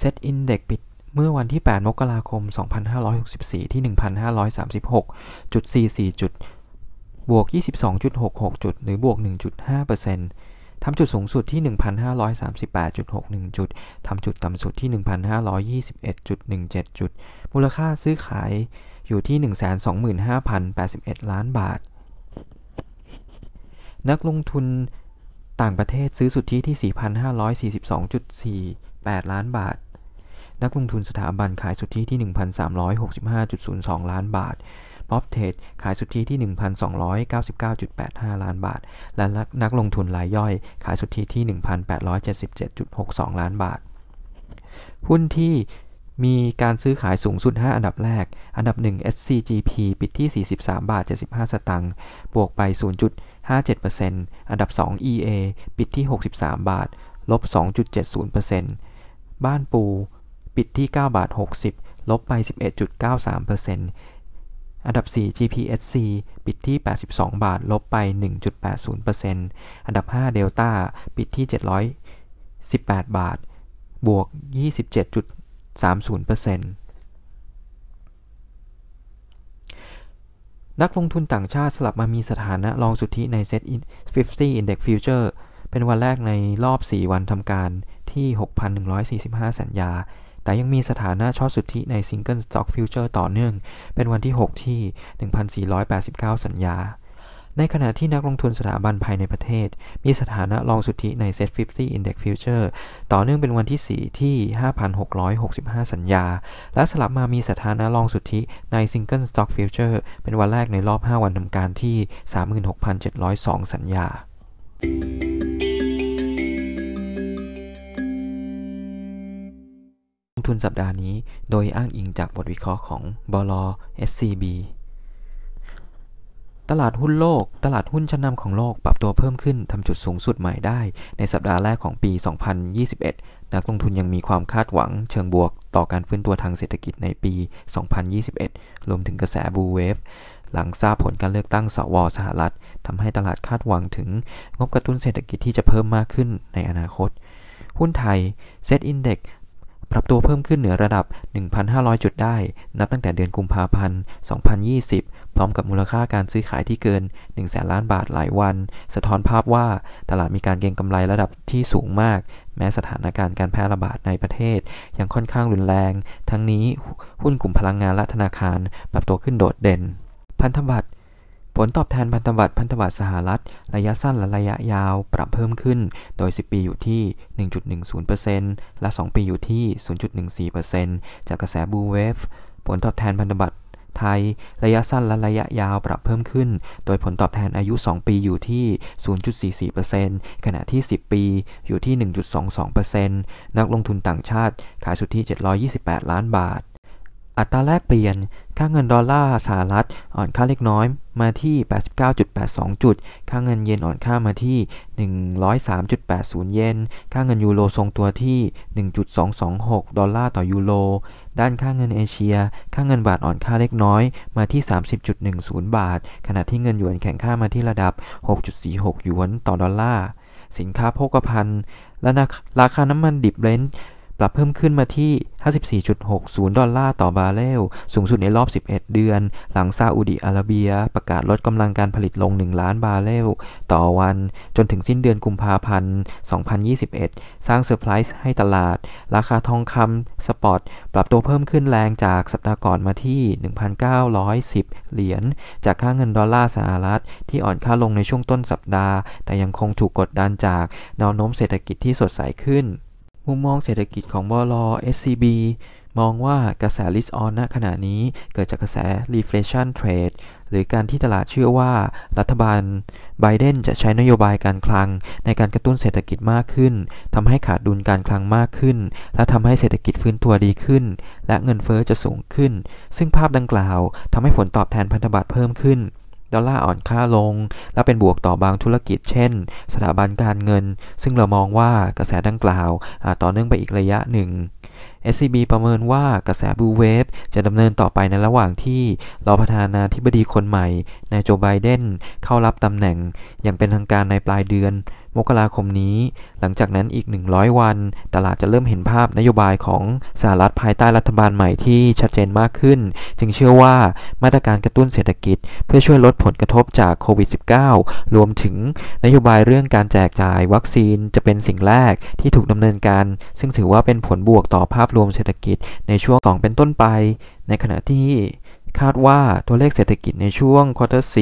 Set Index ปิดเมื่อวันที่8มกราคม2564ที่ 1,536.44 จุดบวก 22.66 จุดหรือบวก 1.5%ทำจุดสูงสุดที่ 1,538.61 จุดทำจุดต่ำสุดที่ 1,521.17 จุดมูลค่าซื้อขายอยู่ที่ 125,081 ล้านบาทนักลงทุนต่างประเทศซื้อสุทธิที่ 4,542.48 ล้านบาทนักลงทุนสถาบันขายสุทธิที่ 1,365.02 ล้านบาทป๊อปเทรดขายสุทธิที่ 1,299.85 ล้านบาทและนักลงทุนรายย่อยขายสุทธิที่ 1,877.62 ล้านบาทหุ้นที่มีการซื้อขายสูงสุด5อันดับแรกอันดับ1 SCGP ปิดที่43.75 สตางค์บวกไป 0.57% อันดับ2 EA ปิดที่63บาทลบ 2.70% บ้านปูปิดที่9.60 ลบไป 11.93% อันดับ4 GPSC ปิดที่82บาทลบไป 1.80% อันดับ5เดลต้าปิดที่718บาทบวก 27.30% นักลงทุนต่างชาติสลับมามีสถานะรองสุทธิใน Set 50 Index Future เป็นวันแรกในรอบ4วันทำการที่ 6,145 สัญญาแต่ยังมีสถานะช็อตสุทธิใน Single Stock Future ต่อเนื่องเป็นวันที่6ที่ 1,489 สัญญาในขณะที่นักลงทุนสถาบันภายในประเทศมีสถานะรองสุทธิใน Set 50 Index Future ต่อเนื่องเป็นวันที่4ที่ 5,665 สัญญาและสลับมามีสถานะรองสุทธิใน Single Stock Future เป็นวันแรกในรอบ5วันทำการที่ 36,702 สัญญาลงทุนสัปดาห์นี้โดยอ้างอิงจากบทวิเคราะห์ของบล. SCB ตลาดหุ้นโลกตลาดหุ้นชั้นนำของโลกปรับตัวเพิ่มขึ้นทำจุดสูงสุดใหม่ได้ในสัปดาห์แรกของปี 2021 นักลงทุนยังมีความคาดหวังเชิงบวกต่อการฟื้นตัวทางเศรษฐกิจในปี 2021 รวมถึงกระแสบูเวฟหลังทราบผลการเลือกตั้งสว.สหรัฐทำให้ตลาดคาดหวังถึงงบกระตุ้นเศรษฐกิจที่จะเพิ่มมากขึ้นในอนาคตหุ้นไทย Set Indexปรับตัวเพิ่มขึ้นเหนือระดับ 1,500 จุดได้นับตั้งแต่เดือนกุมภาพันธ์ 2020 พร้อมกับมูลค่าการซื้อขายที่เกิน 100,000 ล้านบาทหลายวันสะท้อนภาพว่าตลาดมีการเก็งกำไรระดับที่สูงมากแม้สถานการณ์การแพร่ระบาดในประเทศยังค่อนข้างรุนแรงทั้งนี้หุ้นกลุ่มพลังงานและธนาคารปรับตัวขึ้นโดดเด่นพันธบัตรผลตอบแทนพันธบัตรสหรัฐระยะสั้นและระยะยาวปรับเพิ่มขึ้นโดย10ปีอยู่ที่ 1.10% และ2ปีอยู่ที่ 0.14% จากกระแสบูเวฟผลตอบแทนพันธบัตรไทยระยะสั้นและระยะยาวปรับเพิ่มขึ้นโดยผลตอบแทนอายุ2ปีอยู่ที่ 0.44% ขณะที่10ปีอยู่ที่ 1.22% นักลงทุนต่างชาติขายสุทธิ728ล้านบาทอัตราแลกเปลี่ยนค่าเงินดอลลาร์สหรัฐอ่อนค่าเล็กน้อยมาที่ 89.82 จุดค่าเงินเยนอ่อนค่ามาที่ 103.80 เยนค่าเงินยูโรทรงตัวที่ 1.226 ดอลลาร์ต่อยูโรด้านค่าเงินเอเชียค่าเงินบาทอ่อนค่าเล็กน้อยมาที่ 30.10 บาทขณะที่เงินหยวนแข็งค่ามาที่ระดับ 6.46 หยวนต่อดอลลาร์สินค้าโภคภัณฑ์และราคาน้ำมันดิบเบรนท์ปรับเพิ่มขึ้นมาที่ 54.60 ดอลลาร์ต่อบาร์เรลสูงสุดในรอบ11เดือนหลังซาอุดิอาระเบียประกาศลดกำลังการผลิตลง1ล้านบาร์เรลต่อวันจนถึงสิ้นเดือนกุมภาพันธ์ 2021 สร้างเซอร์ไพรส์ให้ตลาดราคาทองคำสปอตปรับตัวเพิ่มขึ้นแรงจากสัปดาห์ก่อนมาที่ 1,910 เหรียญจากค่าเงินดอลลาร์สหรัฐที่อ่อนค่าลงในช่วงต้นสัปดาห์แต่ยังคงถูกกดดันจากแนวโน้มเศรษฐกิจที่สดใสขึ้นมุมมองเศรษฐกิจของบล. SCB มองว่ากระแส risk on ณขณะนี้เกิดจากกระแส reflation trade หรือการที่ตลาดเชื่อว่ารัฐบาลไบเดนจะใช้นโยบายการคลังในการกระตุ้นเศรษฐกิจมากขึ้นทำให้ขาดดุลการคลังมากขึ้นและทำให้เศรษฐกิจฟื้นตัวดีขึ้นและเงินเฟ้อจะสูงขึ้นซึ่งภาพดังกล่าวทำให้ผลตอบแทนพันธบัตรเพิ่มขึ้นดอลลาร์อ่อนค่าลงและเป็นบวกต่อบางธุรกิจเช่นสถาบันการเงินซึ่งเรามองว่ากระแสดังกล่าวอาจต่อเนื่องไปอีกระยะหนึ่ง SCB ประเมินว่ากระแสบูเวฟจะดำเนินต่อไปในระหว่างที่รอประธานาธิบดีคนใหม่นายโจไบเดนเข้ารับตำแหน่งอย่างเป็นทางการในปลายเดือนมกราคมนี้หลังจากนั้นอีก100วันตลาดจะเริ่มเห็นภาพนโยบายของสหรัฐภายใต้รัฐบาลใหม่ที่ชัดเจนมากขึ้นจึงเชื่อว่ามาตรการกระตุ้นเศรษฐกิจเพื่อช่วยลดผลกระทบจากโควิด -19 รวมถึงนโยบายเรื่องการแจกจ่ายวัคซีนจะเป็นสิ่งแรกที่ถูกดำเนินการซึ่งถือว่าเป็นผลบวกต่อภาพรวมเศรษฐกิจในช่วง2เป็นต้นไปในขณะที่คาดว่าตัวเลขเศรษฐกิจในช่วงควอเตอร์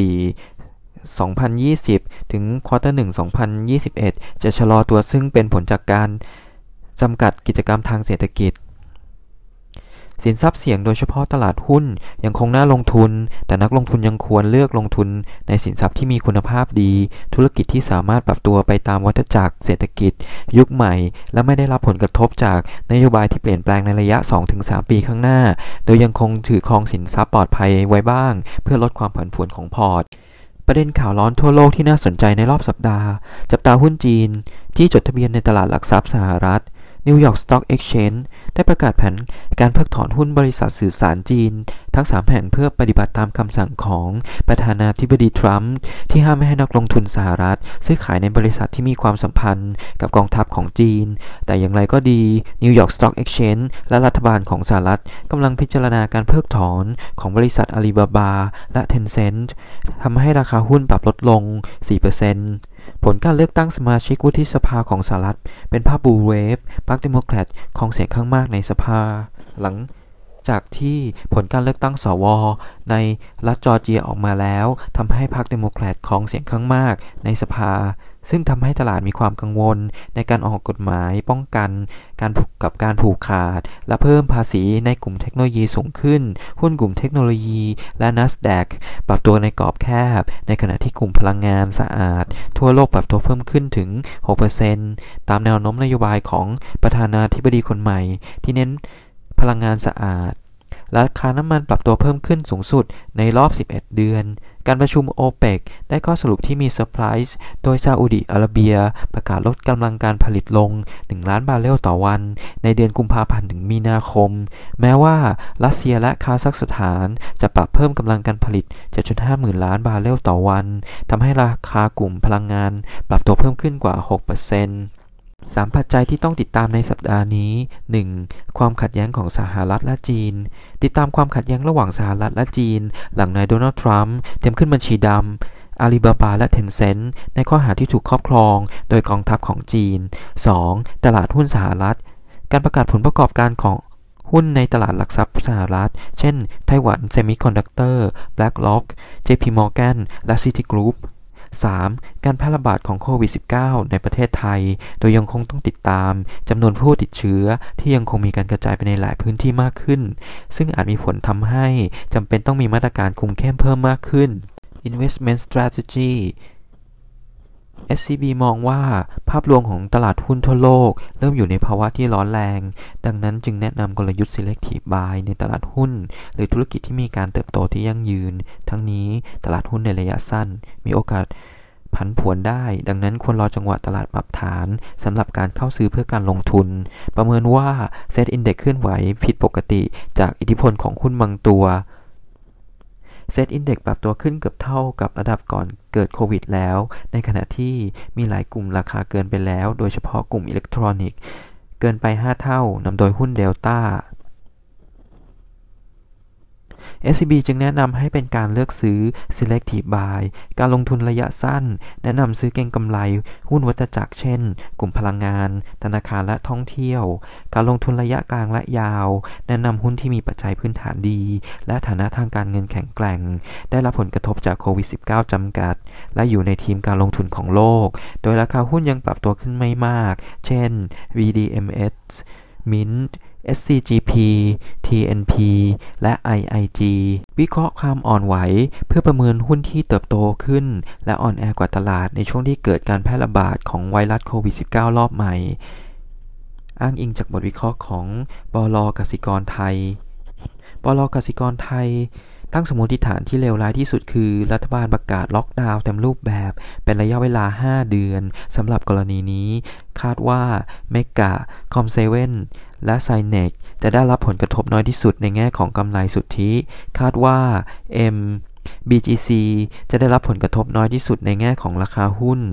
4 2020 ถึงควอเตอร์1 2021 จะชะลอตัวซึ่งเป็นผลจากการจำกัดกิจกรรมทางเศรษฐกิจสินทรัพย์เสี่ยงโดยเฉพาะตลาดหุ้นยังคงน่าลงทุนแต่นักลงทุนยังควรเลือกลงทุนในสินทรัพย์ที่มีคุณภาพดีธุรกิจที่สามารถปรับตัวไปตามวัฏจักรเศรษฐกิจยุคใหม่และไม่ได้รับผลกระทบจากนโยบายที่เปลี่ยนแปลงในระยะ 2-3 ปีข้างหน้าโดยยังคงถือครองสินทรัพย์ปลอดภัยไว้บ้างเพื่อลดความผันผวนของพอร์ตประเด็นข่าวร้อนทั่วโลกที่น่าสนใจในรอบสัปดาห์จับตาหุ้นจีนที่จดทะเบียนในตลาดหลักทรัพย์สหรัฐนิวยอร์กสต็อกเอ็กซ์เชนจ์ได้ประกาศแผนการเพิกถอนหุ้นบริษัทสื่อสารจีนทั้ง3แห่งเพื่อปฏิบัติตามคำสั่งของประธานาธิบดีทรัมป์ที่ห้ามไม่ให้นักลงทุนสหรัฐซื้อขายในบริษัทที่มีความสัมพันธ์กับกองทัพของจีนแต่อย่างไรก็ดีนิวยอร์กสต็อกเอ็กซ์เชนจ์และรัฐบาลของสหรัฐกำลังพิจารณาการเพิกถอนของบริษัทอาลีบาบาและเทนเซ็นต์ทำให้ราคาหุ้นปรับลดลง 4%ผลการเลือกตั้งสมาชิกวุฒิสภาของสหรัฐเป็นภาพบลูเวฟพรรคเดโมแครตครองเสียงข้างมากในสภาหลังจากที่ผลการเลือกตั้งสวในรัฐจอร์เจียออกมาแล้วทำให้พรรคเดโมแครตครองเสียงข้างมากในสภาซึ่งทำให้ตลาดมีความกังวลในการออกกฎหมายป้องกันการผูกขาดและเพิ่มภาษีในกลุ่มเทคโนโลยีสูงขึ้นหุ้นกลุ่มเทคโนโลยีและ NASDAQ ปรับตัวในกรอบแคบในขณะที่กลุ่มพลังงานสะอาดทั่วโลกปรับตัวเพิ่มขึ้นถึง 6% ตามแนวโน้มนโยบายของประธานาธิบดีคนใหม่ที่เน้นพลังงานสะอาดราคาน้ำมันปรับตัวเพิ่มขึ้นสูงสุดในรอบ 11 เดือนการประชุม OPEC ได้ข้อสรุปที่มีเซอร์ไพรส์โดยซาอุดิอาระเบียประกาศลดกำลังการผลิตลง 1 ล้านบาร์เรลต่อวันในเดือนกุมภาพันธ์ถึงมีนาคมแม้ว่ารัสเซียและคาซัคสถานจะปรับเพิ่มกำลังการผลิต 7.5 หมื่นล้านบาร์เรลต่อวันทำให้ราคากลุ่มพลังงานปรับตัวเพิ่มขึ้นกว่า 6%3 ปัจจัยที่ต้องติดตามในสัปดาห์นี้ 1. ความขัดแย้งของสหรัฐและจีนติดตามความขัดแย้งระหว่างสหรัฐและจีนหลังนายโดนัลด์ทรัมป์เตรียมขึ้นบัญชีดำอาลีบาบาและเทนเซ็นต์ในข้อหาที่ถูกครอบครองโดยกองทัพของจีน 2. ตลาดหุ้นสหรัฐการประกาศผลประกอบการของหุ้นในตลาดหลักทรัพย์สหรัฐเช่นไต้หวันเซมิคอนดักเตอร์ BlackRock JP Morgan และ Citigroup3. การแพร่ระบาดของโควิด -19 ในประเทศไทยโดยยังคงต้องติดตามจำนวนผู้ติดเชื้อที่ยังคงมีการกระจายไปในหลายพื้นที่มากขึ้นซึ่งอาจมีผลทำให้จำเป็นต้องมีมาตรการคุมเข้มเพิ่มมากขึ้น Investment Strategy SCB มองว่าภาพรวมของตลาดหุ้นทั่วโลกเริ่มอยู่ในภาวะที่ร้อนแรงดังนั้นจึงแนะนำกลยุทธ์ Selective Buy ในตลาดหุ้นหรือธุรกิจที่มีการเติบโตที่ยั่งยืนทั้งนี้ตลาดหุ้นในระยะสั้นมีโอกาสผันผวนได้ดังนั้นควรรอจังหวะตลาดปรับฐานสำหรับการเข้าซื้อเพื่อการลงทุนประเมินว่า Set Index เคลื่อนไหวผิดปกติจากอิทธิพลของหุ้นบางตัวเซตอินเด็กซ์ปรับตัวขึ้นเกือบเท่ากับระดับก่อนเกิดโควิดแล้วในขณะที่มีหลายกลุ่มราคาเกินไปแล้วโดยเฉพาะกลุ่มอิเล็กทรอนิกส์เกินไป5เท่านำโดยหุ้นเดลต้าSCB จึงแนะนำให้เป็นการเลือกซื้อ Selective Buy การลงทุนระยะสั้นแนะนำซื้อเก็งกำไรหุ้นวัฏจักรเช่นกลุ่มพลังงานธนาคารและท่องเที่ยวการลงทุนระยะกลางและยาวแนะนำหุ้นที่มีปัจจัยพื้นฐานดีและฐานะทางการเงินแข็งแกร่งได้รับผลกระทบจากโควิด -19 จำกัดและอยู่ในทีมการลงทุนของโลกโดยราคาหุ้นยังปรับตัวขึ้นไม่มากเช่น VDMs Mint SCGP TNP และ IIG วิเคราะห์ความอ่อนไหวเพื่อประเมินหุ้นที่เติบโตขึ้นและอ่อนแอกว่าตลาดในช่วงที่เกิดการแพร่ระบาดของไวรัสโควิด -19 รอบใหม่อ้างอิงจากบทวิเคราะห์ของบล.กสิกรไทยบล.กสิกรไทยตั้งสมมติฐานที่เลวร้ายที่สุดคือรัฐบาลประกาศล็อกดาวน์เต็มรูปแบบเป็นระยะเวลา5เดือนสำหรับกรณีนี้คาดว่าเมกะคอมเซเว่นและไซเนกจะได้รับผลกระทบน้อยที่สุดในแง่ของกำไรสุทธิคาดว่า BGC จะได้รับผลกระทบน้อยที่สุดในแง่ของราคาหุ้น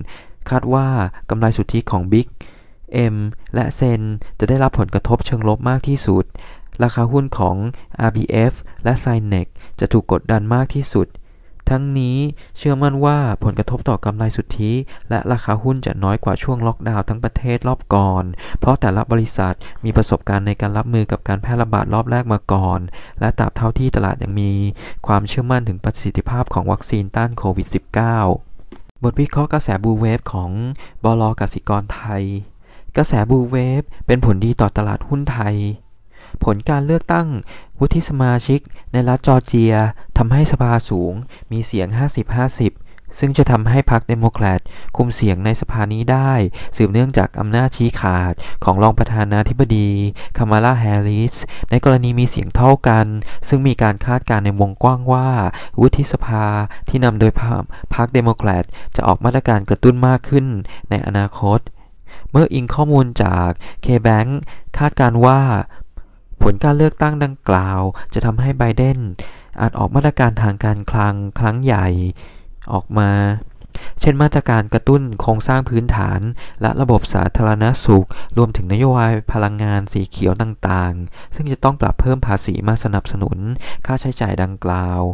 คาดว่ากำไรสุทธิของบิ๊กเอ็มและเซนจะได้รับผลกระทบเชิงลบมากที่สุดราคาหุ้นของ RBF และ Sinex จะถูกกดดันมากที่สุดทั้งนี้เชื่อมั่นว่าผลกระทบต่อกำไรสุทธิและราคาหุ้นจะน้อยกว่าช่วงล็อกดาวน์ทั้งประเทศรอบก่อนเพราะแต่ละบริษัทมีประสบการณ์ในการรับมือกับการแพร่ระบาดรอบแรกมาก่อนและตราบเท่าที่ตลาดยังมีความเชื่อมั่นถึงประสิทธิภาพของวัคซีนต้านโควิด -19 บทวิเคราะห์กระแสบูเวฟของบล.กสิกรไทยกระแสบูเวฟเป็นผลดีต่อตลาดหุ้นไทยผลการเลือกตั้งวุฒิสมาชิกในรัฐจอร์เจียทำให้สภาสูงมีเสียง 50-50 ซึ่งจะทำให้พรรคเดโมแครตคุมเสียงในสภานี้ได้สืบเนื่องจากอำนาจชี้ขาดของรองประธานาธิบดีคามาลาแฮร์ริสในกรณีมีเสียงเท่ากันซึ่งมีการคาดการณ์ในวงกว้างว่าวุฒิสภาที่นำโดยพรรคเดโมแครตจะออกมาตรการกระตุ้นมากขึ้นในอนาคตเมื่ออิงข้อมูลจาก KBank คาดการณ์ว่าผลการเลือกตั้งดังกล่าวจะทำให้ไบเดนอาจออกมาตรการทางการคลังครั้งใหญ่ออกมาเช่นมาตรการกระตุ้นโครงสร้างพื้นฐานและระบบสาธารณสุขรวมถึงนโยบายพลังงานสีเขียวต่างๆซึ่งจะต้องปรับเพิ่มภาษีมาสนับสนุนค่าใช้จ่ายดังกล่าว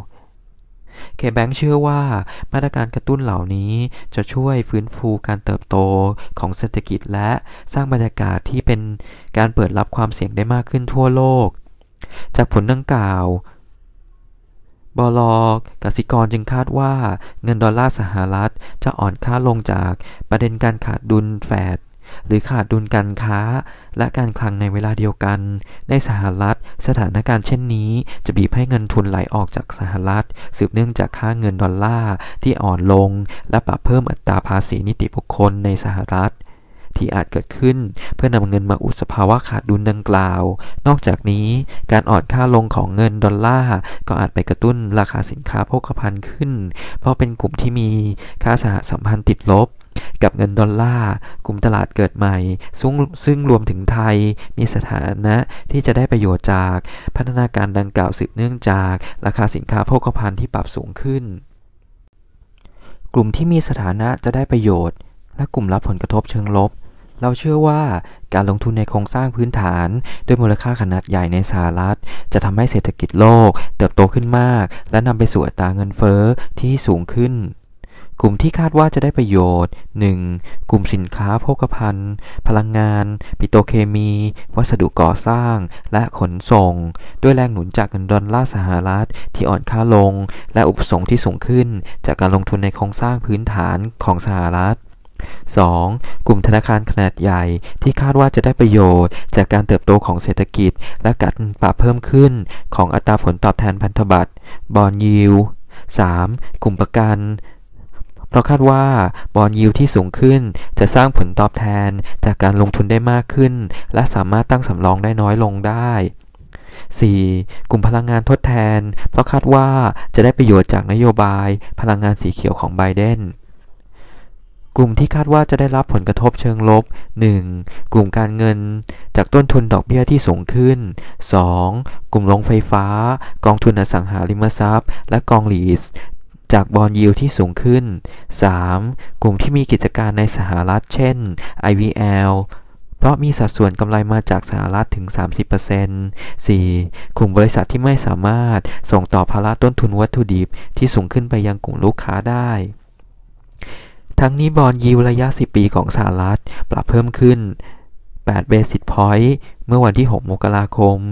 KBank เชื่อว่ามาตรการกระตุ้นเหล่านี้จะช่วยฟื้นฟูการเติบโตของเศรษฐกิจและสร้างบรรยากาศที่เป็นการเปิดรับความเสี่ยงได้มากขึ้นทั่วโลกจากผลดังกล่าวบล.กสิกรจึงคาดว่าเงินดอลลาร์สหรัฐจะอ่อนค่าลงจากประเด็นการขาดดุลแฟดหรือขาดดุลการค้าและการคลังในเวลาเดียวกันในสหรัฐสถานการณ์เช่นนี้จะบีบให้เงินทุนไหลออกจากสหรัฐสืบเนื่องจากค่าเงินดอลลาร์ที่อ่อนลงและปรับเพิ่มอัตราภาษีนิติบุคคลในสหรัฐที่อาจเกิดขึ้นเพื่อนำเงินมาอุดสภาวะขาดดุลดังกล่าวนอกจากนี้การอ่อนค่าลงของเงินดอลลาร์ก็อาจไปกระตุ้นราคาสินค้าโภคภัณฑ์ขึ้นเพราะเป็นกลุ่มที่มีค่าสหสัมพันธ์ติดลบกับเงินดอลลาร์กลุ่มตลาดเกิดใหม่ซึ่งรวมถึงไทยมีสถานะที่จะได้ประโยชน์จากพัฒนาการดังกล่าวสืบเนื่องจากราคาสินค้าโภคภัณฑ์ที่ปรับสูงขึ้นกลุ่มที่มีสถานะจะได้ประโยชน์และกลุ่มรับผลกระทบเชิงลบเราเชื่อว่าการลงทุนในโครงสร้างพื้นฐานด้วยมูลค่าขนาดใหญ่ในสหรัฐจะทำให้เศรษฐกิจโลกเติบโตขึ้นมากและนำไปสู่อัตราเงินเฟ้อที่สูงขึ้นกลุ่มที่คาดว่าจะได้ประโยชน์ 1. กลุ่มสินค้าโภคภัณฑ์พลังงานปิโตรเคมีวัสดุก่อสร้างและขนส่งด้วยแรงหนุนจากเงินดอลลาร์สหรัฐที่อ่อนค่าลงและอุปสงค์ที่สูงขึ้นจากการลงทุนในโครงสร้างพื้นฐานของสหรัฐ 2. กลุ่มธนาคารขนาดใหญ่ที่คาดว่าจะได้ประโยชน์จากการเติบโตของเศรษฐกิจและการปรับเพิ่มขึ้นของอัตราผลตอบแทนพันธบัตร Bond Yield 3. กลุ่มประกันเพราะคาดว่าบอนด์ยิลด์ที่สูงขึ้นจะสร้างผลตอบแทนจากการลงทุนได้มากขึ้นและสามารถตั้งสำรองได้น้อยลงได้ 4. กลุ่มพลังงานทดแทนเพราะคาดว่าจะได้ประโยชน์จากนโยบายพลังงานสีเขียวของไบเดนกลุ่มที่คาดว่าจะได้รับผลกระทบเชิงลบ 1. กลุ่มการเงินจากต้นทุนดอกเบี้ยที่สูงขึ้น 2. กลุ่มโรงไฟฟ้ากองทุนอสังหาริมทรัพย์และกองลีสจากบอนด์ยิลด์ที่สูงขึ้น 3. กลุ่มที่มีกิจการในสหรัฐเช่น IVL เพราะมีสัดส่วนกำไรมาจากสหรัฐถึง 30% 4. กลุ่มบริษัทที่ไม่สามารถส่งต่อภาระต้นทุนวัตถุดิบที่สูงขึ้นไปยังกลุ่มลูกค้าได้ทั้งนี้บอนด์ยิลด์ระยะ 10 ปีของสหรัฐปรับเพิ่มขึ้น8 Basis Point เมื่อวันที่ 6 มกราคม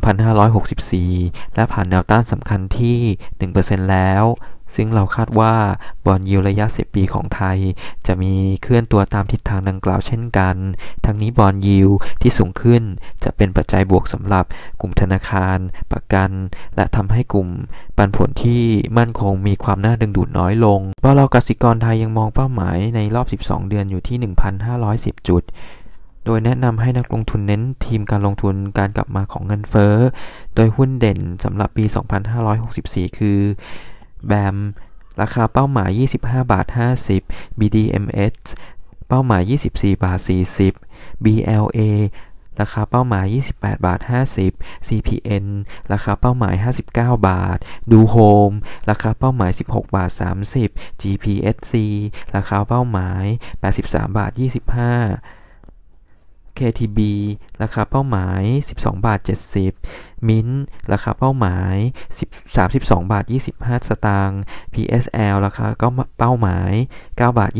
2564 และผ่านแนวต้านสำคัญที่ 1% แล้วซึ่งเราคาดว่าบอนด์ยิลด์ระยะ 10 ปีของไทยจะมีเคลื่อนตัวตามทิศทางดังกล่าวเช่นกันทั้งนี้บอนด์ยิลด์ที่สูงขึ้นจะเป็นปัจจัยบวกสำหรับกลุ่มธนาคารประกันและทำให้กลุ่มปันผลที่มั่นคงมีความน่าดึงดูดน้อยลงบล.กสิกรไทยยังมองเป้าหมายในรอบ 12 เดือนอยู่ที่ 1,510 จุดโดยแนะนำให้นักลงทุนเน้นทีมการลงทุนการกลับมาของเงินเฟ้อโดยหุ้นเด่นสำหรับปี 2564 คือแบมราคาเป้าหมาย 25.50 BDMs เป้าหมาย 24.40 BLA ราคาเป้าหมาย 28.50 บาท CPN ราคาเป้าหมาย 59 บาท ดูโฮมราคาเป้าหมาย 16.30 บาท GPSC ราคาเป้าหมาย 83.25 บาท KTB ราคาเป้าหมาย 12.70 บาท Mint ราคาเป้าหมาย 32.25 บาท PSL ราคาเป้าหมาย 9.25 บาท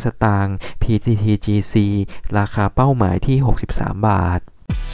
PTTGC ราคาเป้าหมายที่ 63 บาท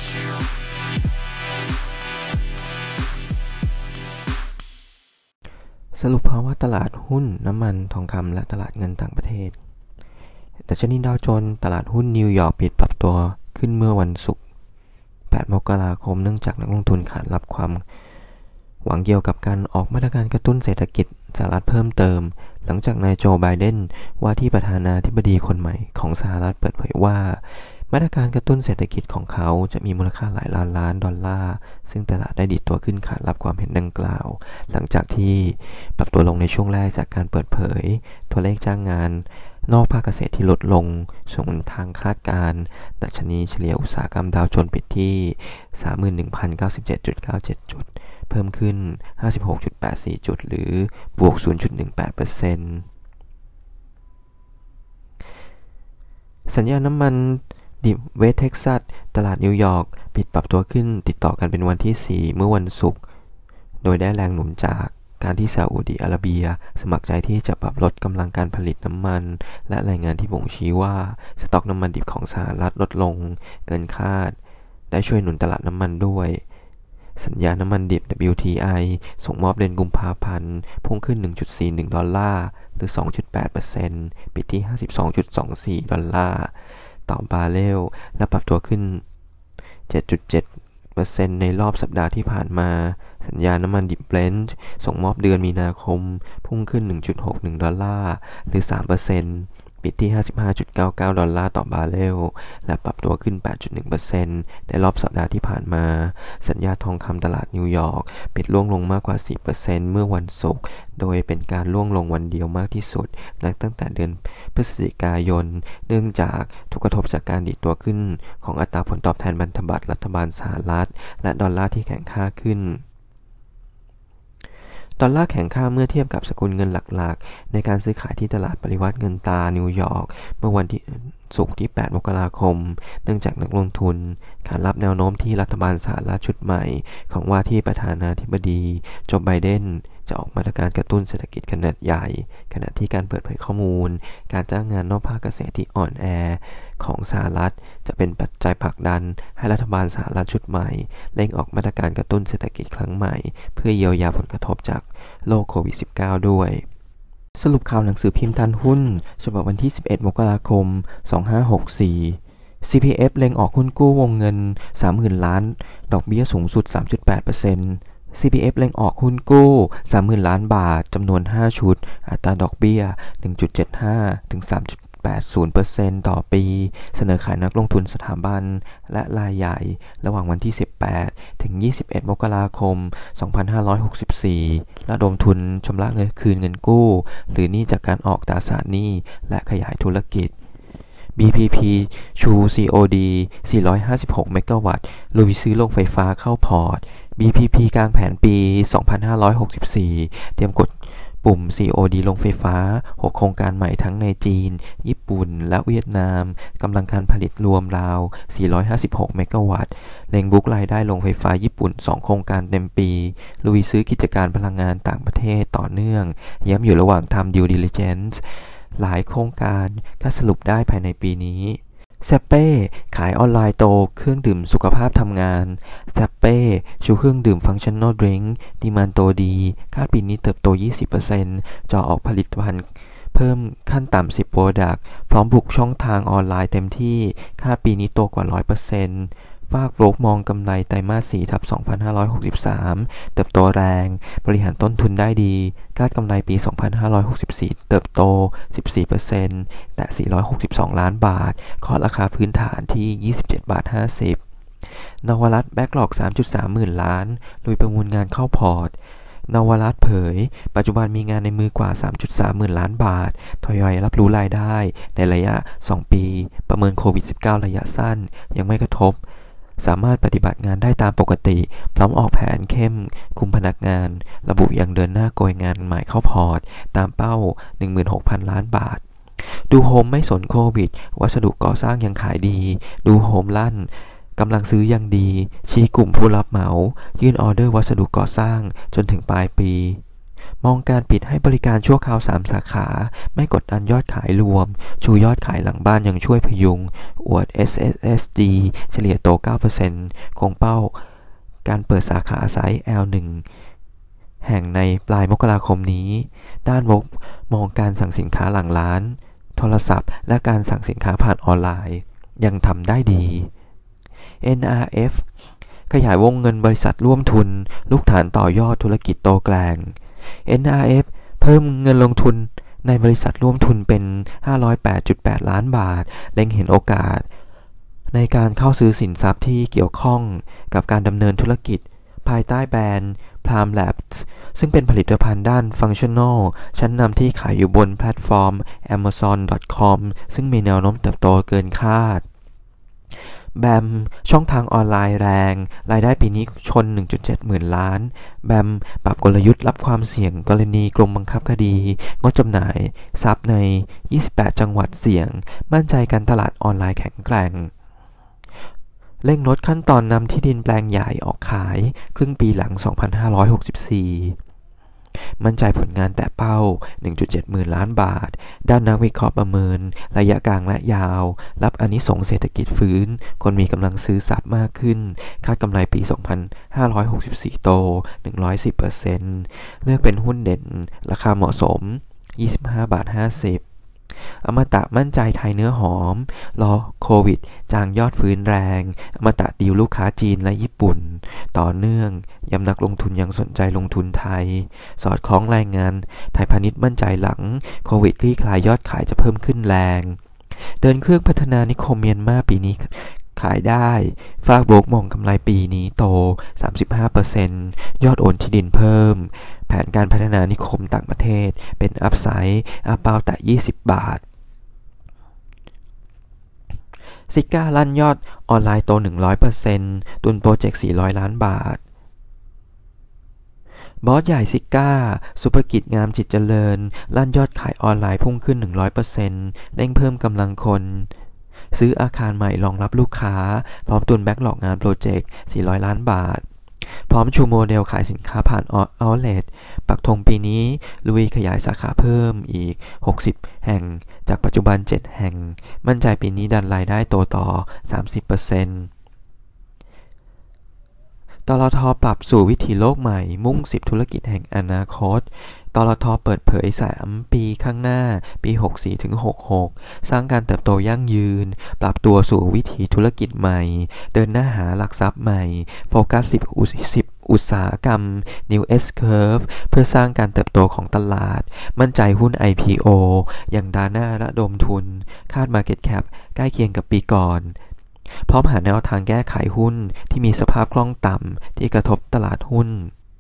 สรุปภาวะตลาดหุ้นน้ำมันทองคำและตลาดเงินต่างประเทศดัชนีดาวโจนส์ตลาดหุ้นนิวยอร์กปิดปรับตัวขึ้นเมื่อวันศุกร์ 8 มกราคมเนื่องจากนักลงทุนขาดรับความหวังเกี่ยวกับการออกมาตรการกระตุ้นเศรษฐกิจสหรัฐเพิ่มเติมหลังจากนายโจไบเดนว่าที่ประธานาธิบดีคนใหม่ของสหรัฐเปิดเผยว่ามาตรการกระตุ้นเศรษฐกิจของเขาจะมีมูลค่าหลายล้านดอลลาร์ซึ่งตลาดได้ดีดตัวขึ้นขาดรับความเห็นดังกล่าวหลังจากที่ปรับตัวลงในช่วงแรกจากการเปิดเผยตัวเลขจ้างงานนอกภาคเกษตรที่ลดลงส่งทางคาดการณ์ดัชนีเฉลี่ยอุตสาหกรรมดาวโจนส์ปิดที่ 31,097.97 จุดเพิ่มขึ้น 56.84 จุดหรือบวก 0.18% สัญญาณน้ำมันดิบเวสต์เท็กซัสตลาดนิวยอร์กปิดปรับตัวขึ้นติดต่อกันเป็นวันที่ 4 เมื่อวันศุกร์โดยได้แรงหนุนจากการที่ซาอุดิอาระเบียสมัครใจที่จะปรับลดกำลังการผลิตน้ำมันและรายงานที่บ่งชี้ว่าสต็อกน้ำมันดิบของสหรัฐลดลงเกินคาดได้ช่วยหนุนตลาดน้ำมันด้วยสัญญาน้ำมันดิบ WTI ส่งมอบเดือนกุมภาพันธ์พุ่งขึ้น 1.41 ดอลลาร์หรือ 2.8% ปิดที่ 52.24 ดอลลาร์ต่อบาร์เรลและปรับตัวขึ้น 7.7% ในรอบสัปดาห์ที่ผ่านมาสัญญาน้ำมันดิบเบรนท์ส่งมอบเดือนมีนาคมพุ่งขึ้น 1.61 ดอลลาร์หรือ 3%ปิดที่ 55.99 ดอลลาร์ต่อบาร์เรลและปรับตัวขึ้น 8.1% ในรอบสัปดาห์ที่ผ่านมาสัญญาทองคำตลาดนิวยอร์กปิดร่วงลงมากกว่า 4% เมื่อวันศุกร์โดยเป็นการร่วงลงวันเดียวมากที่สุดนับตั้งแต่เดือนพฤศจิกายนเนื่องจากถูกกระทบจากการดีดตัวขึ้นของอัตราผลตอบแทนพันธบัตรรัฐบาลสหรัฐและดอลลาร์ที่แข็งค่าขึ้นดอลลาร์แข็งค่าเมื่อเทียบกับสกุลเงินหลักๆในการซื้อขายที่ตลาดปริวัติเงินตรานิวยอร์กเมื่อวันที่ศุกร์ที่ 8 มกราคมเนื่องจากนักลงทุนขานรับแนวโน้มที่รัฐบาลสหรัฐชุดใหม่ของว่าที่ประธานาธิบดีโจไบเดนจะออกมาตรการกระตุ้นเศรษฐกิจขนาดใหญ่ขณะที่การเปิดเผยข้อมูลการจ้างงานนอกภาคเกษตรที่อ่อนแอของสหรัฐจะเป็นปัจจัยผลักดันให้รัฐบาลสหรัฐชุดใหม่เร่งออกมาตรการกระตุ้นเศรษฐกิจครั้งใหม่เพื่อเยียวยาผลกระทบจากโรคโควิด -19 ด้วยสรุปข่าวหนังสือพิมพ์ทันหุ้นฉบับวันที่ 11 มกราคม 2564 CPF เล็งออกหุ้นกู้วงเงิน 30,000 ล้านดอกเบี้ยสูงสุด 3.8% CPF เล็งออกหุ้นกู้ 30,000 ล้านบาทจำนวน 5 ชุดอัตราดอกเบี้ย 1.75 ถึง 3.80% ต่อปีเสนอขายนักลงทุนสถาบันและรายใหญ่ระหว่างวันที่ 18 ถึง 21 มกราคม 2564 ระดมทุนชำระเงินคืนเงินกู้หรือหนี้จากการออกตราสารหนี้และขยายธุรกิจ BPP ชู COD 456 เมกะวัตต์ลุยซื้อโรงไฟฟ้าเข้าพอร์ต BPP กลางแผนปี 2564 เตรียมกดปุ่ม COD โรงไฟฟ้า 6 โครงการใหม่ทั้งในจีนญี่ปุ่นและเวียดนามกำลังการผลิตรวมราว 456 เมกะวัตต์เล็งบุ๊กรายได้โรงไฟฟ้าญี่ปุ่น 2 โครงการเต็มปีลุยซื้อกิจการพลังงานต่างประเทศต่อเนื่องย้ำอยู่ระหว่างทำ Due Diligence หลายโครงการคาดสรุปได้ภายในปีนี้แซปเป้ขายออนไลน์โตเครื่องดื่มสุขภาพทำงานแซปเป้ชูเครื่องดื่มฟังชั่นนอลดริงก์ดีมานด์โตดีคาดปีนี้เติบโต 20% จ่อออกผลิตภัณฑ์เพิ่มขั้นต่ำ 10 โปรดักต์พร้อมบุกช่องทางออนไลน์เต็มที่คาดปีนี้โตกว่า 100%ฝากโบรกมองกำไรไตรมาส 4/2563 เติบโตแรงบริหารต้นทุนได้ดีคาดกำไรปี 2564 เติบโต 14% แต่ 462 ล้านบาทเคาะราคาพื้นฐานที่ 27.50 นวรัตน์แบ็กหลอก 3.3 หมื่นล้านลุยประมูลงานเข้าพอร์ตนวรัตน์เผยปัจจุบันมีงานในมือกว่า 3.3 หมื่นล้านบาททยอยรับรู้รายได้ในระยะ 2 ปีประเมินโควิด -19 ระยะสั้นยังไม่กระทบสามารถปฏิบัติงานได้ตามปกติพร้อมออกแผนเข้มคุมพนักงานระบุยังเดินหน้าโกยงานใหม่เข้าพอร์ตตามเป้า 16,000 ล้านบาทดูโฮมไม่สนโควิดวัสดุก่อสร้างยังขายดีดูโฮมลั่นกำลังซื้อยังดีชี้กลุ่มผู้รับเหมายื่นออเดอร์วัสดุก่อสร้างจนถึงปลายปีมองการปิดให้บริการชั่วคราว3 สาขาไม่กดดันยอดขายรวมชูยอดขายหลังบ้านยังช่วยพยุงอวด SSSD เฉลี่ยโต 9% คงเป้าการเปิดสาขาไซส์ L1 แห่งในปลายมกราคมนี้ด้านมองการสั่งสินค้าหลังร้านโทรศัพท์และการสั่งสินค้าผ่านออนไลน์ยังทำได้ดี NRF ขยายวงเงินบริษัทร่วมทุนลูกฐานต่อยอดธุรกิจโตแกลง NRF เพิ่มเงินลงทุนในบริษัทร่วมทุนเป็น 508.8 ล้านบาทเล็งเห็นโอกาสในการเข้าซื้อสินทรัพย์ที่เกี่ยวข้องกับการดำเนินธุรกิจภายใต้แบรนด์ Prime Labs ซึ่งเป็นผลิตภัณฑ์ด้านฟังก์ชันนอลชั้นนำที่ขายอยู่บนแพลตฟอร์ม Amazon.com ซึ่งมีแนวโน้มเติบโตเกินคาดแบมช่องทางออนไลน์แรงรายได้ปีนี้ชน 1.7 หมื่นล้านแบมปรับกลยุทธ์รับความเสี่ยงกรณีกรมบังคับคดีงดจำหน่ายทรัพย์ใน 28 จังหวัดเสี่ยงมั่นใจการตลาดออนไลน์แข็งแกร่งเร่งลดขั้นตอนนำที่ดินแปลงใหญ่ออกขายครึ่งปีหลัง 2564มั่นใจผลงานแต่เป้า 1.7 หมื่นล้านบาทด้านนักวิเคราะห์ประเมินระยะกลางและยาวรับอานิสงส์เศรษฐกิจฟื้นคนมีกำลังซื้อทรัพย์มากขึ้นคาดกำไรปี 2564 โต 110% เลือกเป็นหุ้นเด่นราคาเหมาะสม 25.50 บาทอมตะมั่นใจไทยเนื้อหอมรอโควิดจางยอดฟื้นแรงอมตะดีลลูกค้าจีนและญี่ปุ่นต่อเนื่องย้ำนักลงทุนยังสนใจลงทุนไทยสอดคล้องรายงานไทยพาณิชย์มั่นใจหลังโควิดคลี่คลายยอดขายจะเพิ่มขึ้นแรงเดินเครื่องพัฒนานิคมเมียนมาปีนี้ขายได้ฝากโบรกมองกำไรปีนี้โต 35% ยอดโอนที่ดินเพิ่มแผนการพัฒนานิคมต่างประเทศเป็นอัพไซด์อัพเป้าแต่20 บาทซิก้าลั่นยอดออนไลน์โต 100% ตุนโปรเจกต์ 400 ล้านบาทบอสใหญ่ซิก้าสุภกิจงามจิตเจริญลั่นยอดขายออนไลน์พุ่งขึ้น 100% เร่งเพิ่มกำลังคนซื้ออาคารใหม่รองรับลูกค้าพร้อมตุนแบ็คหลอกงานโปรเจกต์ 400 ล้านบาทพร้อมชูโมเดลขายสินค้าผ่านเอาท์เลทปักธงปีนี้ลุยขยายสาขาเพิ่มอีก60แห่งจากปัจจุบัน7แห่งมั่นใจปีนี้ดันรายได้โตต่อ 30% ตลท.ปรับสู่วิถีโลกใหม่มุ่ง10ธุรกิจแห่งอนาคตตลท.เปิดเผย3ปีข้างหน้าปี 64-66 สร้างการเติบโตยั่งยืนปรับตัวสู่วิถีธุรกิจใหม่เดินหน้าหาหลักทรัพย์ใหม่โฟกัส10 อุตสาหกรรม New S-Curve เพื่อสร้างการเติบโตของตลาดมั่นใจหุ้น IPO อย่างดาน่าระดมทุนคาด Market Cap ใกล้เคียงกับปีก่อนพร้อมหาแนวทางแก้ไขหุ้นที่มีสภาพคล่องต่ำที่กระทบตลาดหุ้น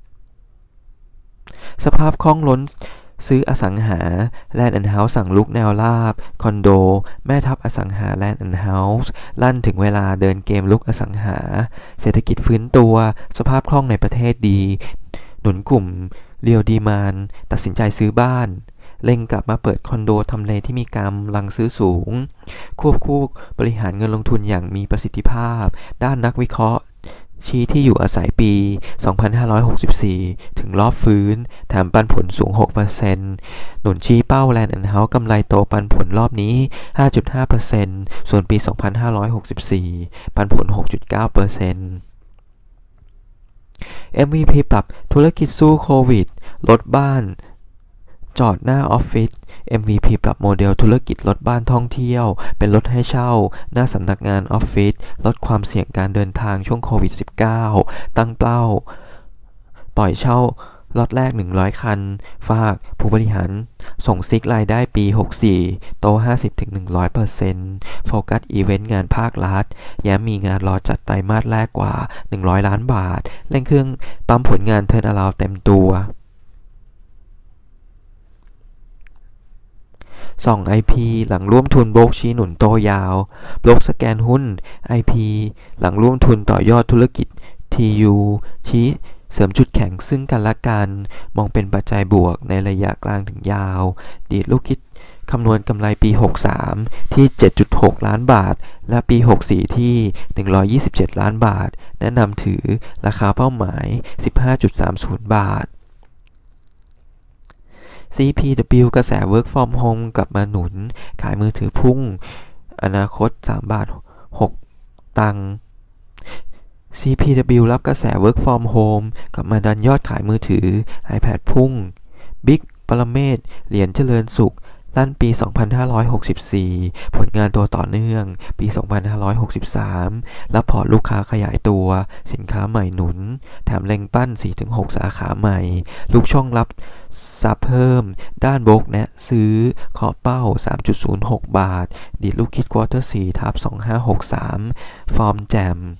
สภาพคล่องล้นซื้ออสังหา Land and House สั่งลุกแนวราบคอนโดแม่ทัพอสังหา Land and House ลั่นถึงเวลาเดินเกมลุกอสังหาเศรษฐกิจฟื้นตัวสภาพคล่องในประเทศดีหนุนกลุ่มเรียลดีมานด์ตัดสินใจซื้อบ้านเล็งกลับมาเปิดคอนโดทำเลที่มีกำลังซื้อสูงควบคู่บริหารเงินลงทุนอย่างมีประสิทธิภาพด้านนักวิเคราะห์ชี้ที่อยู่อาศัยปี 2564 ถึงรอบฟื้นแถมปันผลสูง 6% หนุนชี้เป้า Land and House กำไรโตปันผลรอบนี้ 5.5% ส่วนปี 2564 ปันผล 6.9% MVP ปรับธุรกิจสู้โควิดลดบ้านจอดหน้าออฟฟิศ MVP ปรับโมเดลธุรกิจรถบ้านท่องเที่ยวเป็นรถให้เช่าหน้าสำนักงานออฟฟิศลดความเสี่ยงการเดินทางช่วงโควิด -19 ตั้งเป้าปล่อยเช่าล็อตแรก100 คันฝากผู้บริหารส่งซิกรายได้ปี 64 โต 50-100% โฟกัสอีเวนต์งานภาครัฐแย้มมีงานรอจัดไตรมาสแรกกว่า100 ล้านบาทเร่งเครื่องปั๊มผลงานเทิร์นอราวด์เต็มตัวส่อง IP หลังร่วมทุนโบรกชี้หนุนโตยาวโบรกสแกนหุ้น IP หลังร่วมทุนต่อยอดธุรกิจ TU ชี้เสริมจุดแข็งซึ่งกันและกันมองเป็นปัจจัยบวกในระยะกลางถึงยาวดีดลูกคิดคำนวณกำไรปี 63 ที่ 7.6 ล้านบาทและปี 64 ที่ 127 ล้านบาทแนะนำถือราคาเป้าหมาย 15.30 บาท CPW กระแส Work from Home กลับมาหนุนขายมือถือพุ่งอนาคต 3 บาท 6 ตังค์ CPW รับกระแส Work from Home กลับมาดันยอดขายมือถือ iPad พุ่ง บิ๊ก ปรเมศ เหรียญเจริญสุขลั่นปี 2564 ผลงานตัวต่อเนื่อง ปี 2563 รับพอร์ตลูกค้าขยายตัว สินค้าใหม่หนุน แถมเล็งปั้น 4-6 สาขาใหม่ ลูกช่องรับซับเพิ่ม ด้านโบรกแนะซื้อเคาะเป้า 3.06 บาท ดีดลูกคิดควอเตอร์ 4/2563 ฟอร์มแจ่ม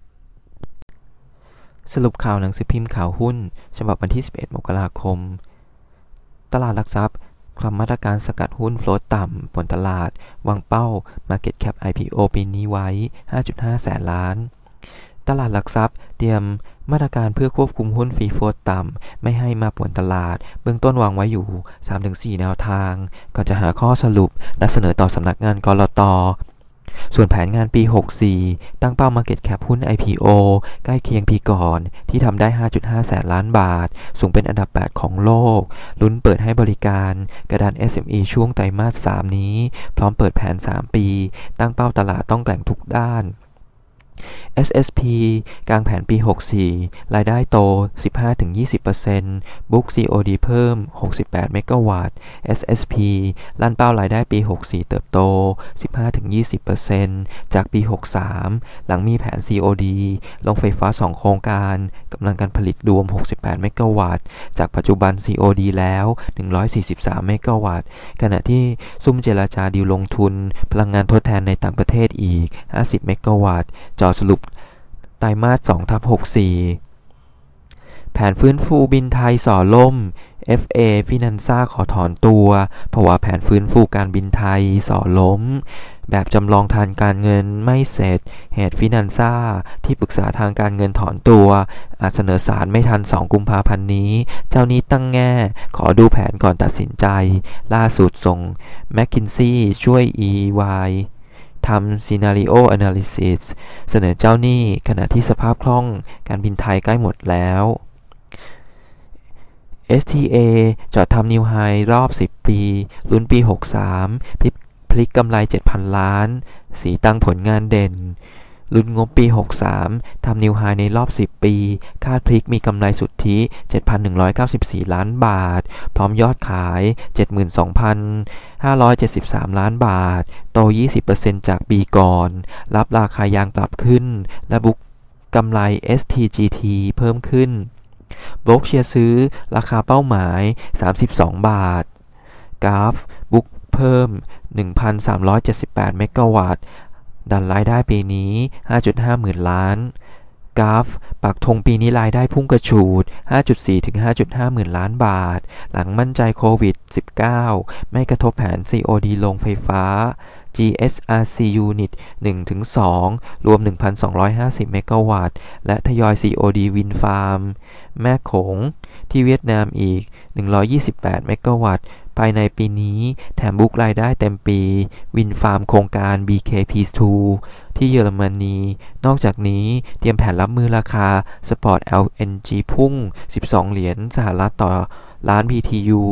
สรุปข่าวหนังสือพิมพ์ข่าวหุ้นฉบับวันที่ 11 มกราคม ตลาดหลักทรัพย์คลำมาตรการสกัดหุ้นโฟลตต่ำผลตลาดวางเป้า Market Cap IPO ปีนี้ไว้ 5.5 แสนล้าน ตลาดหลักทรัพย์เตรียมมาตรการเพื่อควบคุมหุ้นฟรีโฟลตต่ำไม่ให้มาป่วนตลาดเบื้องต้นวางไว้อยู่ 3-4 แนวทางก่อนจะหาข้อสรุปและเสนอต่อสำนักงานกลต.ส่วนแผนงานปี 64 ตั้งเป้า Market Cap หุ้น IPO ใกล้เคียงปีก่อนที่ทำได้ 5.5 แสนล้านบาทสูงเป็นอันดับ 8 ของโลกลุ้นเปิดให้บริการกระดาน SME ช่วงไตรมาส 3 นี้พร้อมเปิดแผน 3 ปีตั้งเป้าตลาดต้องแกร่งทุกด้าน SSP กลางแผนปี 64 รายได้โต 15-20% Book COD เพิ่ม 68 เมกะวัตต์ SSP ลั่นเป้ารายได้ปี 64 เติบโต 15-20% จากปี 63 หลังมีแผน COD โรงไฟฟ้า 2 โครงการกำลังการผลิตรวม 68 เมกะวัตต์จากปัจจุบัน COD แล้ว 143 เมกะวัตต์ขณะที่ซุ่มเจรจาดีลลงทุนพลังงานทดแทนในต่างประเทศอีก 50 เมกะวัตต์สรุปไตรมาส 2/64 แผนฟื้นฟูบินไทยส่อล่ม FA ฟินันซ่าขอถอนตัวเพราะว่าแผนฟื้นฟูการบินไทยส่อล้มแบบจำลองทางการเงินไม่เสร็จเหตุฟินันซ่าที่ปรึกษาทางการเงินถอนตัวอาจเสนอศาลไม่ทัน 2 กุมภาพันธ์นี้เจ้านี้ตั้งแง่ขอดูแผนก่อนตัดสินใจล่าสุดส่ง McKinsey ช่วย EYทำ Scenario Analysis เสนอเจ้าหนี้ขณะที่สภาพคล่องการบินไทยใกล้หมดแล้ว STA จอดทำนิวไฮรอบ 10 ปีลุ้นปี 63 พลิกกำไร 7,000 ล้านสีตั้งผลงานเด่นลุ้นงบปี 63 ทำนิวไฮในรอบ 10 ปีคาดพลิกมีกำไรสุทธิ 7,194 ล้านบาทพร้อมยอดขาย 72,573 ล้านบาทโต 20% จากปีก่อนรับราคายางปรับขึ้นและบุ๊กกำไร STGT เพิ่มขึ้นโบรกเชียร์ซื้อราคาเป้าหมาย 32 บาทกราฟบุ๊กเพิ่ม 1,378 เมกะวัตต์ดันรายได้ปีนี้ 5.5 หมื่นล้านกราฟปักธงปีนี้รายได้พุ่งกระฉูด 5.4-5.5 หมื่นล้านบาทหลังมั่นใจโควิด -19 ไม่กระทบแผน COD โรงไฟฟ้า GSRC Unit 1-2 รวม 1,250 เมกะวัตต์และทยอย COD วินฟาร์มแม่โขงที่เวียดนามอีก 128 เมกะวัตต์ภายในปีนี้แถมบุ๊กรายได้เต็มปีวินฟาร์มโครงการ BKP2 ที่เยอรมนีนอกจากนี้เตรียมแผนรับมือราคาสปอร์ต LNG พุ่ง 12 เหรียญสหรัฐต่อล้าน BTU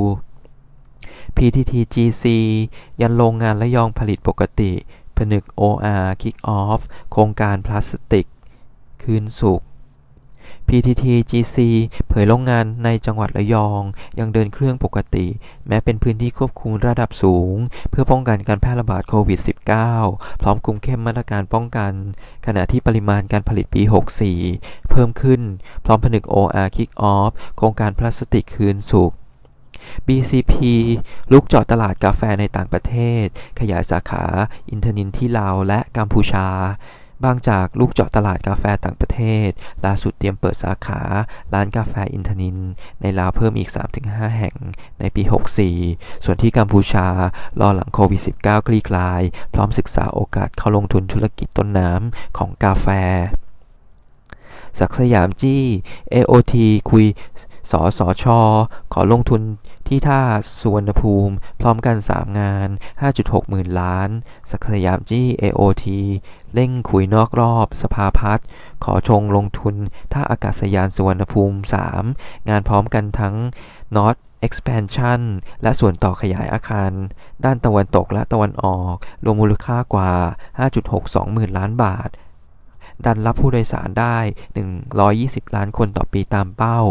PTTGC ยันโรงงานระยองผลิตปกติผนึก OR Kick Off โครงการพลาสติกคืนสุข PTTGC เผยโรงงานในจังหวัดระยองยังเดินเครื่องปกติแม้เป็นพื้นที่ควบคุมระดับสูงเพื่อป้องกันการแพร่ระบาดโควิด -19 พร้อมคุมเข้มมาตรการป้องกันขณะที่ปริมาณการผลิตปี 64 เพิ่มขึ้นพร้อมผนึก OR Kick Off โครงการพลาสติกคืนสุขBCP ลุกเจาะตลาดกาแฟในต่างประเทศขยายสาขาอินทนินที่ลาวและกัมพูชาบางจากลูกเจาะตลาดกาแฟต่างประเทศล่าสุดเตรียมเปิดสาขาร้านกาแฟอินทนินในลาวเพิ่มอีก 3-5 แห่งในปี 64 ส่วนที่กัมพูชารอหลังโควิด -19 คลี่คลายพร้อมศึกษาโอกาสเข้าลงทุนธุรกิจต้นน้ำของกาแฟศักดิ์สยามจี้ AOT คุยสสช.ขอลงทุนที่ท่าสุวรรณภูมิพร้อมกัน3งาน 5.6 หมื่นล้านศักดิ์สยามจี้ AOT เร่งคุยนอกรอบสภาพัฒน์ขอชงลงทุนท่าอากาศยานสุวรรณภูมิ3งานพร้อมกันทั้ง North Expansion และส่วนต่อขยายอาคารด้านตะวันตกและตะวันออกรวมมูลค่ากว่า 5.62 หมื่นล้านบาทดันรับผู้โดยสารได้ 120 ล้านคนต่อปีตามเป้า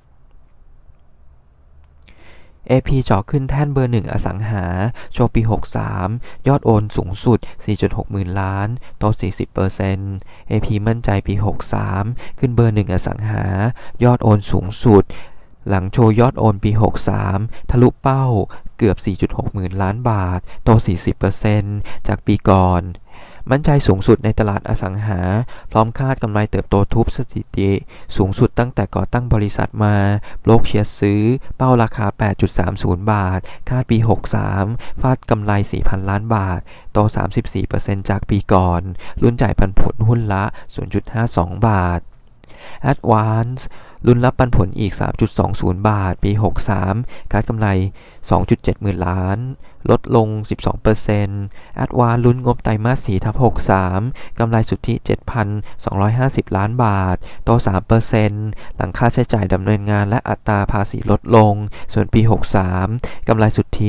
AP เจาะขึ้นแท่นเบอร์1อสังหาโชว์ปี 63 ยอดโอนสูงสุด 4.6 หมื่นล้านโต 40% AP มั่นใจปี 63 ขึ้นเบอร์1อสังหายอดโอนสูงสุดหลังโชว์ยอดโอนปี 63 ทะลุเป้าเกือบ 4.6 หมื่นล้านบาทโต 40% จากปีก่อนมั่นใจสูงสุดในตลาดอสังหาพร้อมคาดกำไรเติบโตทุบสถิติสูงสุดตั้งแต่ก่อตั้งบริษัทมาโบรกเชียร์ซื้อเป้าราคา 8.30 บาทคาดปี 63 ฟาดกำไร 4,000 ล้านบาทโต 34% จากปีก่อนลุ้นจ่ายปันผลหุ้นละ 0.52 บาท Advance ลุ้นรับปันผลอีก 3.20 บาทปี 63 คาดกำไร 2.7 หมื่นล้านลดลง 12% Advance ลุ้นงบไตรมาส 4/63 กำไรสุทธิ 7,250 ล้านบาทโต 3% หลังค่าใช้จ่ายดำเนินงานและอัตราภาษีลดลงส่วนปี 63 กำไรสุทธิ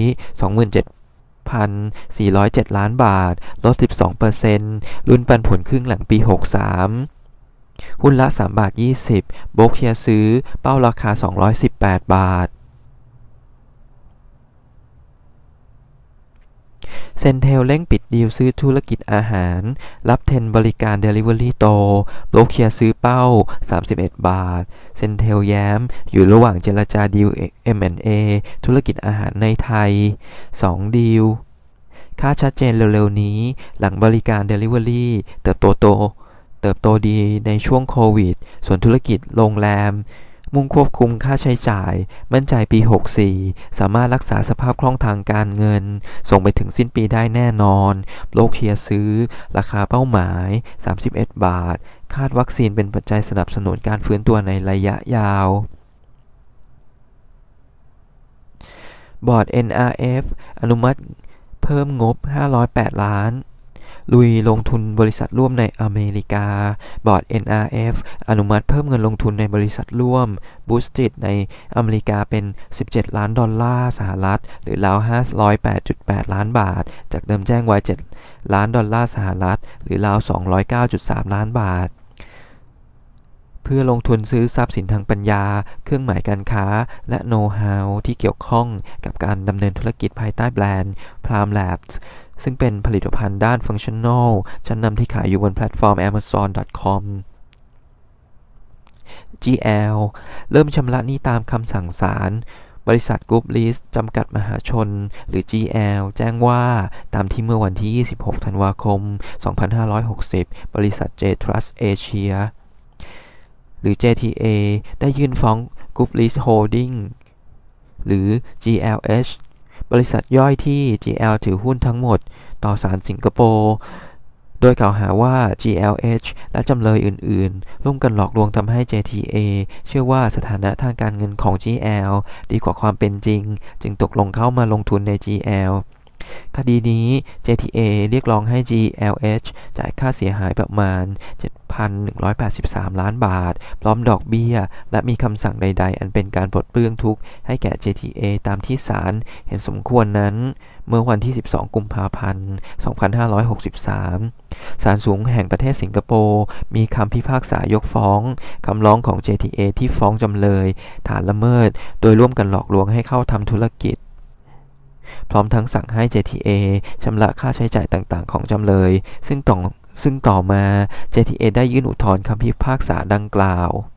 27,407 ล้านบาทลด 12% ลุ้นปันผลครึ่งหลังปี 63หุ้นละ 3.20 บาทโบรกเชียร์ซื้อเป้าราคา 218 บาทเซนเทลเร่งปิดดีลซื้อธุรกิจอาหารรับเทรนด์บริการ Delivery โตโบรกเชียร์ซื้อเป้า 31 บาทเซนเทลแย้มอยู่ระหว่างเจรจาดีล M&A ธุรกิจอาหารในไทย2ดีลคาดชัดเจนเร็วๆนี้หลังบริการ Delivery เติบโตดีในช่วงโควิดส่วนธุรกิจโรงแรมมุ่งควบคุมค่าใช้จ่ายมั่นใจปี 64 สามารถรักษาสภาพคล่องทางการเงินส่งไปถึงสิ้นปีได้แน่นอนโบรกเชียร์ซื้อราคาเป้าหมาย31 บาทคาดวัคซีนเป็นปัจจัยสนับสนุนการฟื้นตัวในระยะยาวบอร์ด NRF อนุมัติเพิ่มงบ508 ล้านลุยลงทุนบริษัทร่วมในอเมริกาบอร์ด NRF อนุมัติเพิ่มเงินลงทุนในบริษัทร่วม Boosted ในอเมริกาเป็น$17 ล้านสหรัฐหรือราว 508.8 ล้านบาทจากเดิมแจ้งไว้$7 ล้านสหรัฐหรือราว 209.3 ล้านบาทเพื่อลงทุนซื้อทรัพย์สินทางปัญญาเครื่องหมายการค้าและโน้ตฮาวที่เกี่ยวข้องกับการดำเนินธุรกิจภายใต้แบรนด์ Prime Labs ซึ่งเป็นผลิตภัณฑ์ด้านฟังชั่นนัลชั้นนำที่ขายอยู่บนแพลตฟอร์ม Amazon.com GL เริ่มชำระหนี้ตามคำสั่งศาลบริษัทกรุ๊ปลีสจำกัดมหาชนหรือ GL แจ้งว่าตามที่เมื่อวันที่ 26 ธันวาคม 2560 บริษัท J-Trust Asia หรือ JTA ได้ยื่นฟ้องกรุ๊ปลีสโฮลดิ้งหรือ GLH บริษัทย่อยที่ GL ถือหุ้นทั้งหมดต่อศาลสิงคโปร์โดยกล่าวหาว่า GLH และจำเลยอื่นๆร่วมกันหลอกลวงทำให้ JTA เชื่อว่าสถานะทางการเงินของ GL ดีกว่าความเป็นจริงจึงตกลงเข้ามาลงทุนใน GL คดีนี้ JTA เรียกร้องให้ GLH จ่ายค่าเสียหายประมาณ 7,183 ล้านบาทพร้อมดอกเบี้ยและมีคำสั่งใดๆอันเป็นการปลดเปลื้องทุกข์ให้แก่ JTA ตามที่ศาลเห็นสมควรนั้นเมื่อวันที่ 12 กุมภาพันธ์ 2563 ศาลสูงแห่งประเทศสิงคโปร์มีคำพิพากษายกฟ้องคำร้องของ JTA ที่ฟ้องจำเลยฐานละเมิดโดยร่วมกันหลอกลวงให้เข้าทำธุรกิจพร้อมทั้งสั่งให้ JTA ชำระค่าใช้จ่ายต่างๆของจำเลยซึ่งต่อมา JTA ได้ยื่นอุทธรณ์คำพิพากษาดังกล่าว